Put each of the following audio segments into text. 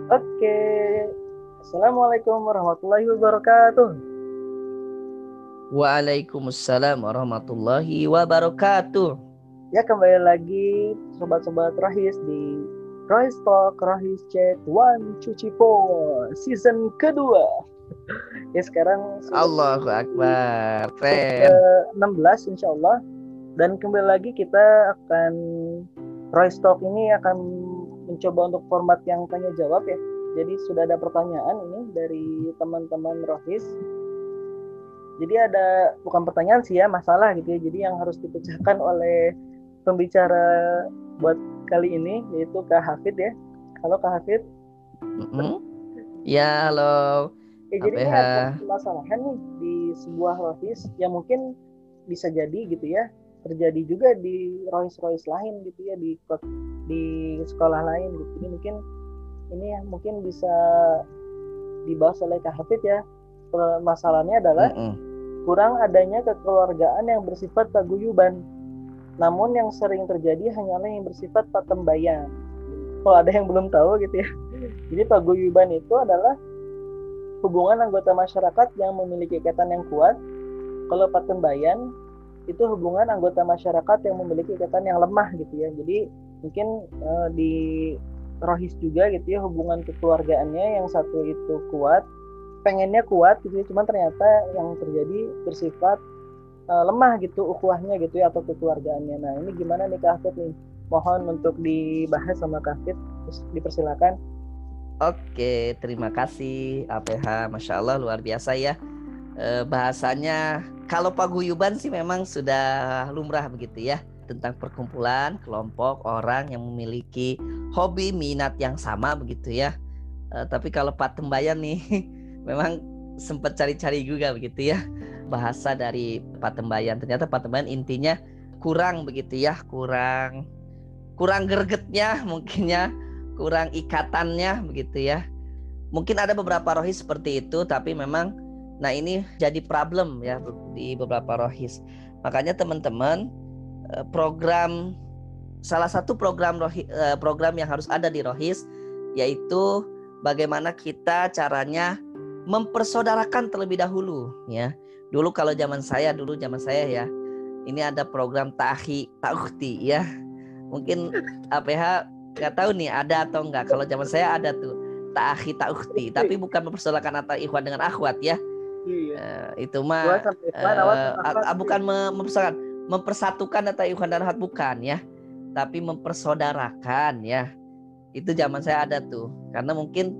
Oke, Assalamualaikum warahmatullahi wabarakatuh. Waalaikumsalam warahmatullahi wabarakatuh. Ya, kembali lagi sobat-sobat Rohis di Rohis Talk Rohis Chat One Cuci Po season kedua. Ya, sekarang sudah Allahu Akbar. untuk Keren. ke-16 insya Allah. Dan kembali lagi kita akan Rohis Talk ini akan mencoba untuk format yang tanya jawab ya. Jadi sudah ada pertanyaan ini dari teman-teman Rohis. Jadi ada bukan pertanyaan sih ya, masalah gitu ya. Jadi yang harus dipecahkan oleh pembicara buat kali ini yaitu Kak Hafid ya. Halo Kak Hafid. Ya, halo. Jadi ini APH. ada permasalahan nih di sebuah rohis yang mungkin bisa jadi gitu ya terjadi juga di rohis-rohis lain gitu ya di sekolah lain gitu. Jadi mungkin ini mungkin bisa dibahas oleh Kak Hafid ya. Masalahnya adalah kurang adanya kekeluargaan yang bersifat paguyuban. Namun yang sering terjadi hanyalah yang bersifat patembayan. Kalau ada yang belum tahu gitu ya. Jadi paguyuban itu adalah hubungan anggota masyarakat yang memiliki ikatan yang kuat. Kalau patembayan itu hubungan anggota masyarakat yang memiliki ikatan yang lemah gitu ya. Jadi mungkin di rohis juga gitu ya, hubungan kekeluargaannya yang satu itu kuat, pengennya kuat gitu ya, cuman ternyata yang terjadi bersifat lemah gitu ukhuwahnya gitu ya, atau kekeluargaannya. Nah ini gimana nih Kak Hafid nih? Mohon untuk dibahas sama Kak Hafid, dipersilakan. Oke, terima kasih APH. Masya Allah, luar biasa ya. Bahasanya kalau paguyuban sih memang sudah lumrah begitu ya, tentang perkumpulan kelompok orang yang memiliki hobi minat yang sama begitu ya. Tapi kalau patembayan nih memang sempat cari-cari juga begitu ya bahasa dari patembayan. Ternyata patembayan intinya kurang begitu ya, kurang gregetnya mungkinnya, kurang ikatannya begitu ya. Mungkin ada beberapa rohis seperti itu, tapi memang nah ini jadi problem ya di beberapa rohis. Makanya teman-teman, salah satu program yang harus ada di rohis yaitu bagaimana kita caranya mempersaudarakan terlebih dahulu ya. Dulu zaman saya ya, ini ada program ta'akhi ta'ukhti ya. Mungkin APH nggak tahu nih ada atau enggak. Kalau zaman saya ada tuh ta'akhi ta'ukhti, tapi bukan mempersaudarakan antara ikhwan dengan akhwat ya. Itu mah bukan mempersatukan antara ikhwan dan akhwat, bukan ya, tapi mempersaudarakan ya. Itu zaman saya ada tuh, karena mungkin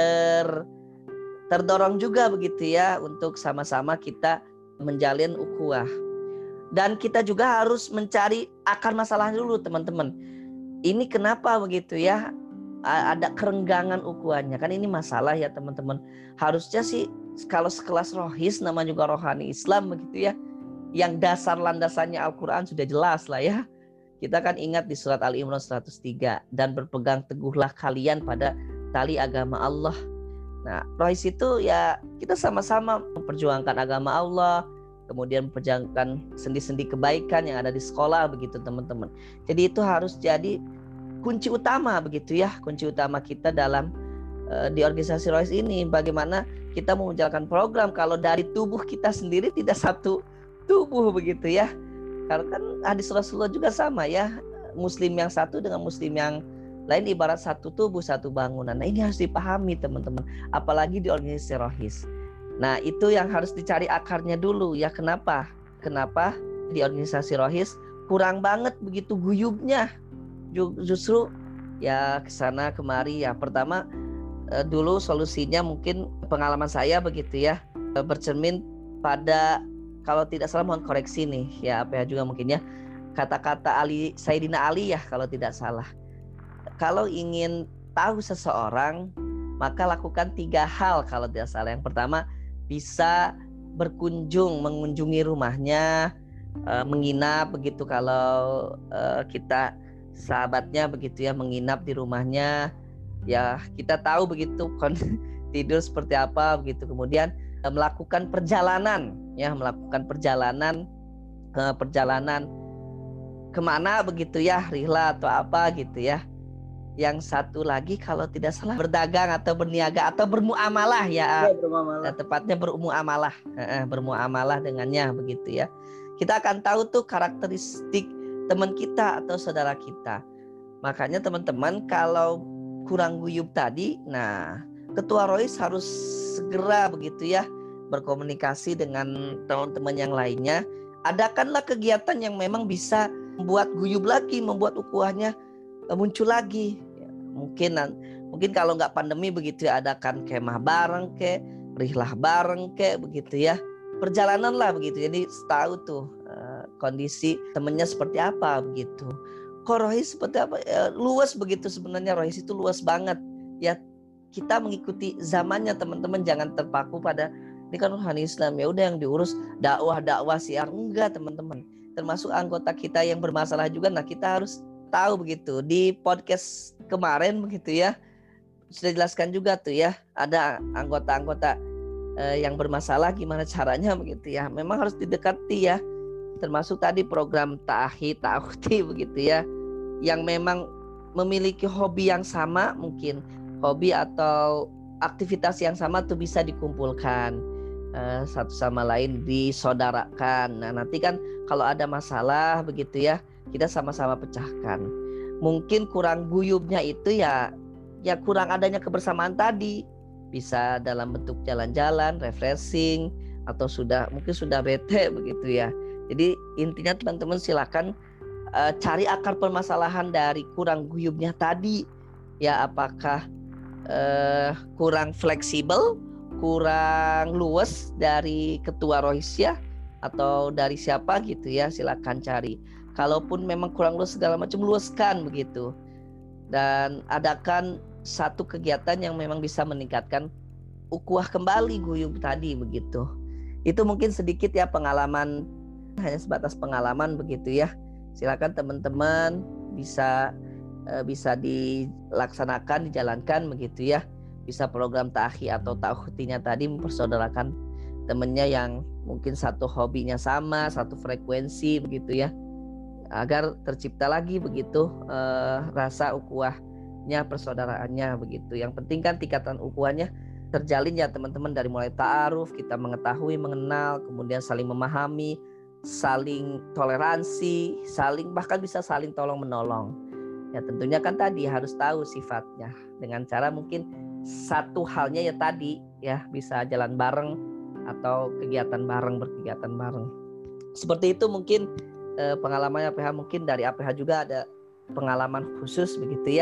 terdorong juga begitu ya untuk sama-sama kita menjalin ukhuwah. Dan kita juga harus mencari akar masalah dulu teman-teman. Ini kenapa begitu ya? Ada kerenggangan ukhuwahnya. Kan ini masalah ya teman-teman. Harusnya sih kalau sekelas rohis, nama juga rohani Islam begitu ya, yang dasar landasannya Al-Quran sudah jelas lah ya. Kita kan ingat di surat Al-Imran 103, dan berpegang teguhlah kalian pada tali agama Allah. Nah, rohis itu ya kita sama-sama memperjuangkan agama Allah, kemudian memperjuangkan sendi-sendi kebaikan yang ada di sekolah begitu teman-teman. Jadi itu harus jadi kunci utama begitu ya, kunci utama kita dalam di organisasi rohis ini. Bagaimana kita mau menjalankan program kalau dari tubuh kita sendiri tidak satu tubuh begitu ya. Karena kan hadis Rasulullah juga sama ya, muslim yang satu dengan muslim yang lain ibarat satu tubuh satu bangunan. Nah ini harus dipahami teman-teman, apalagi di organisasi rohis. Nah itu yang harus dicari akarnya dulu ya. Kenapa di organisasi rohis kurang banget begitu guyubnya, justru ya kesana kemari ya. Pertama dulu solusinya mungkin pengalaman saya begitu ya, bercermin pada, kalau tidak salah mohon koreksi nih ya apa ya juga mungkin ya, kata-kata Sayyidina Ali ya kalau tidak salah. Kalau ingin tahu seseorang, maka lakukan 3 hal kalau tidak salah. Yang pertama, bisa mengunjungi rumahnya, menginap begitu kalau kita sahabatnya begitu ya, menginap di rumahnya. Ya kita tahu begitu tidur seperti apa begitu. Kemudian melakukan perjalanan kemana begitu ya, rihla atau apa gitu ya. yang satu lagi kalau tidak salah berdagang atau berniaga atau bermuamalah ya. Ya, bermuamalah. Tepatnya bermuamalah. Bermuamalah dengannya begitu ya. Kita akan tahu tuh karakteristik teman kita atau saudara kita. Makanya teman-teman kalau kurang guyub tadi, nah Ketua Rois harus segera begitu ya berkomunikasi dengan teman-teman yang lainnya. Adakanlah kegiatan yang memang bisa membuat guyub lagi, membuat ukhuwahnya muncul lagi. Mungkin kalau nggak pandemi begitu ya, adakan kemah bareng ke, rihlah bareng ke begitu ya. Perjalanan lah begitu. Jadi tahu tuh kondisi temennya seperti apa begitu. Kok Rohis seperti apa? Luas begitu sebenarnya, Rohis itu luas banget. Ya kita mengikuti zamannya teman-teman, jangan terpaku pada ini kan rohani Islam ya udah yang diurus dakwah siar, enggak teman-teman. Termasuk anggota kita yang bermasalah juga. Nah kita harus tahu begitu. Di podcast kemarin begitu ya sudah jelaskan juga tuh ya, ada anggota-anggota yang bermasalah gimana caranya begitu ya. Memang harus didekati ya. Termasuk tadi program ta'ahuti begitu ya, yang memang memiliki hobi yang sama, mungkin hobi atau aktivitas yang sama tuh bisa dikumpulkan satu sama lain, disaudarakan. Nah nanti kan kalau ada masalah begitu ya, kita sama-sama pecahkan. Mungkin kurang guyubnya itu ya kurang adanya kebersamaan tadi. Bisa dalam bentuk jalan-jalan, refreshing, atau mungkin sudah bete begitu ya. Jadi intinya teman-teman silakan cari akar permasalahan dari kurang guyubnya tadi. Ya apakah kurang fleksibel, kurang luas dari Ketua Rohisya atau dari siapa gitu ya, silakan cari. Kalaupun memang kurang luas segala macam, luaskan begitu. Dan adakan satu kegiatan yang memang bisa meningkatkan ukhuwah kembali, guyub tadi begitu. Itu mungkin sedikit ya pengalaman, hanya sebatas pengalaman begitu ya. Silakan teman-teman bisa dilaksanakan, dijalankan begitu ya. Bisa program ta'akhi atau ta'akhutinya tadi mempersaudarakan temennya yang mungkin satu hobinya sama, satu frekuensi begitu ya, agar tercipta lagi begitu rasa ukhuwahnya, persaudaraannya begitu. Yang penting kan tingkatan ukhuwahnya terjalin ya teman-teman, dari mulai ta'aruf, kita mengetahui, mengenal, kemudian saling memahami, saling toleransi, bahkan bisa saling tolong menolong. Ya tentunya kan tadi harus tahu sifatnya, dengan cara mungkin satu halnya ya tadi ya, bisa jalan bareng atau kegiatan bareng, berkegiatan bareng. Seperti itu mungkin pengalamannya APH. Mungkin dari APH juga ada pengalaman khusus begitu ya,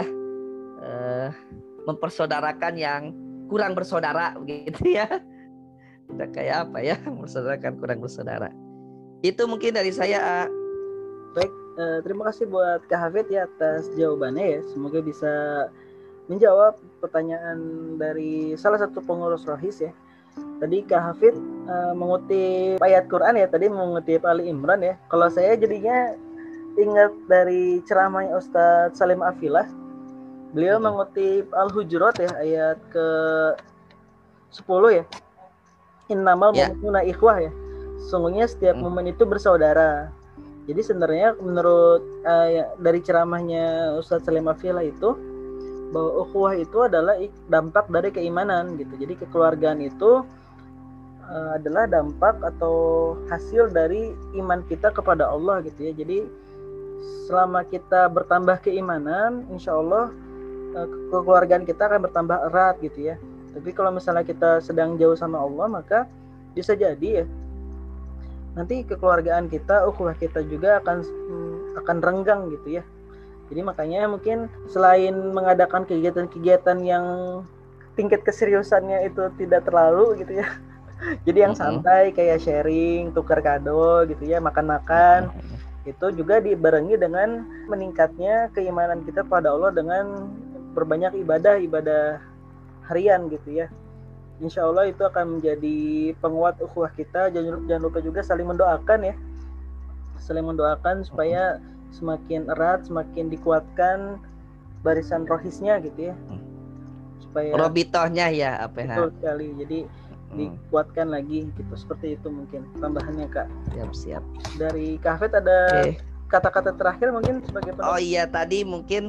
mempersaudarakan yang kurang bersaudara begitu ya. Udah kayak apa ya, mempersaudarakan kurang bersaudara. Itu mungkin dari saya. Baik, terima kasih buat Kak Hafid ya atas jawabannya ya. Semoga bisa menjawab pertanyaan dari salah satu pengurus Rohis ya. Tadi Kak Hafid mengutip ayat Quran ya, tadi mengutip Ali Imran ya. Kalau saya jadinya ingat dari ceramahnya Ustadz Salim Afilah. Beliau mengutip Al-Hujurat ya, ayat ke-10 ya. Innamal mu'minuna ikhwah ya. Sungguhnya setiap momen itu bersaudara. Jadi sebenarnya menurut dari ceramahnya Ustadz Salim Afilah itu, bahwa ukhuwah itu adalah dampak dari keimanan gitu. Jadi kekeluargaan itu adalah dampak atau hasil dari iman kita kepada Allah gitu ya. Jadi selama kita bertambah keimanan, insya Allah kekeluargaan kita akan bertambah erat gitu ya. Tapi kalau misalnya kita sedang jauh sama Allah, maka bisa jadi ya nanti kekeluargaan kita, ukhuwah kita juga akan renggang gitu ya. Jadi makanya mungkin selain mengadakan kegiatan-kegiatan yang tingkat keseriusannya itu tidak terlalu gitu ya. Jadi yang santai kayak sharing, tukar kado gitu ya, makan-makan. Itu juga dibarengi dengan meningkatnya keimanan kita pada Allah dengan berbanyak ibadah harian gitu ya. Insya Allah itu akan menjadi penguat ukhuwah kita. Jangan lupa juga saling mendoakan ya. Saling mendoakan supaya semakin erat, semakin dikuatkan barisan rohisnya gitu ya. Supaya robitohnya ya APH. Betul sekali. Jadi dikuatkan lagi gitu. Seperti itu mungkin tambahannya Kak. Siap. Dari Kak Hafid ada kata-kata terakhir mungkin sebagai penutup. Oh iya, tadi mungkin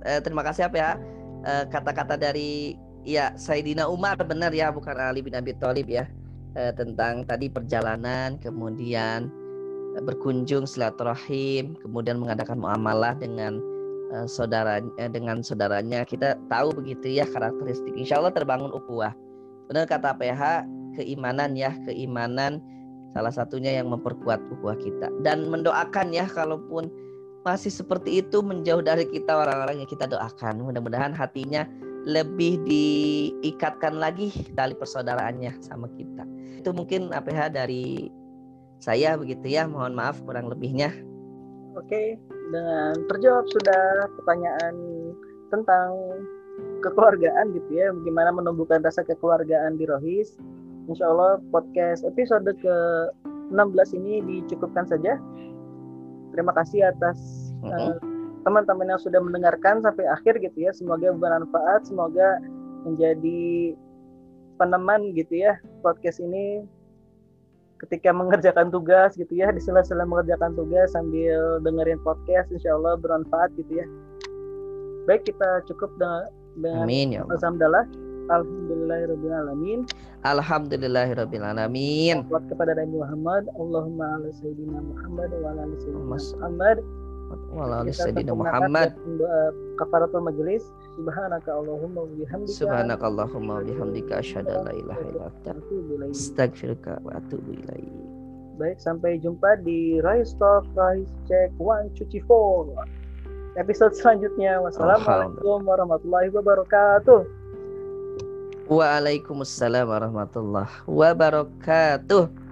terima kasih apa ya kata-kata dari ya Sayyidina Umar, benar ya, bukan Ali bin Abi Thalib ya, tentang tadi perjalanan, kemudian berkunjung silaturahim, kemudian mengadakan muamalah dengan dengan saudaranya. Kita tahu begitu ya karakteristik. Insya Allah terbangun ukhuwah. Benar kata PH, keimanan ya, keimanan salah satunya yang memperkuat ukhuwah kita. Dan mendoakan ya, kalaupun masih seperti itu menjauh dari kita orang-orang yang kita doakan, mudah-mudahan hatinya lebih diikatkan lagi tali persaudaraannya sama kita. Itu mungkin APH dari saya begitu ya, mohon maaf kurang lebihnya. Oke, dengan terjawab sudah pertanyaan tentang kekeluargaan gitu ya, bagaimana menumbuhkan rasa kekeluargaan di Rohis. Insya Allah podcast episode ke-16 ini dicukupkan saja. Terima kasih atas teman-teman yang sudah mendengarkan sampai akhir gitu ya. Semoga bermanfaat, semoga menjadi peneman gitu ya podcast ini ketika mengerjakan tugas gitu ya, di sela-sela mengerjakan tugas sambil dengerin podcast, insya Allah bermanfaat gitu ya. Baik, kita cukup dengan Amin ya Allah. alhamdulillah. Alhamdulillahirrahmanirrahim. Alhamdulillahirrahmanirrahim. Salawat kepada Nabi Muhammad. Allahumma ala sayyidina Muhammad wa ala ali sayyidina Muhammad. Wa ala ali sayyidina Muhammad. Kafaratul majelis. Subhanaka Allahumma wa bihamdika. Subhanaka Allahumma wa bihamdika asyhadu an la ilaha illa anta astaghfiruka wa atubu ilaik. Baik, sampai jumpa di Rise Talk, Rise Check 1, 2, 3, 4 episode selanjutnya. Wassalamualaikum warahmatullahi wabarakatuh. Waalaikumsalam warahmatullahi wabarakatuh.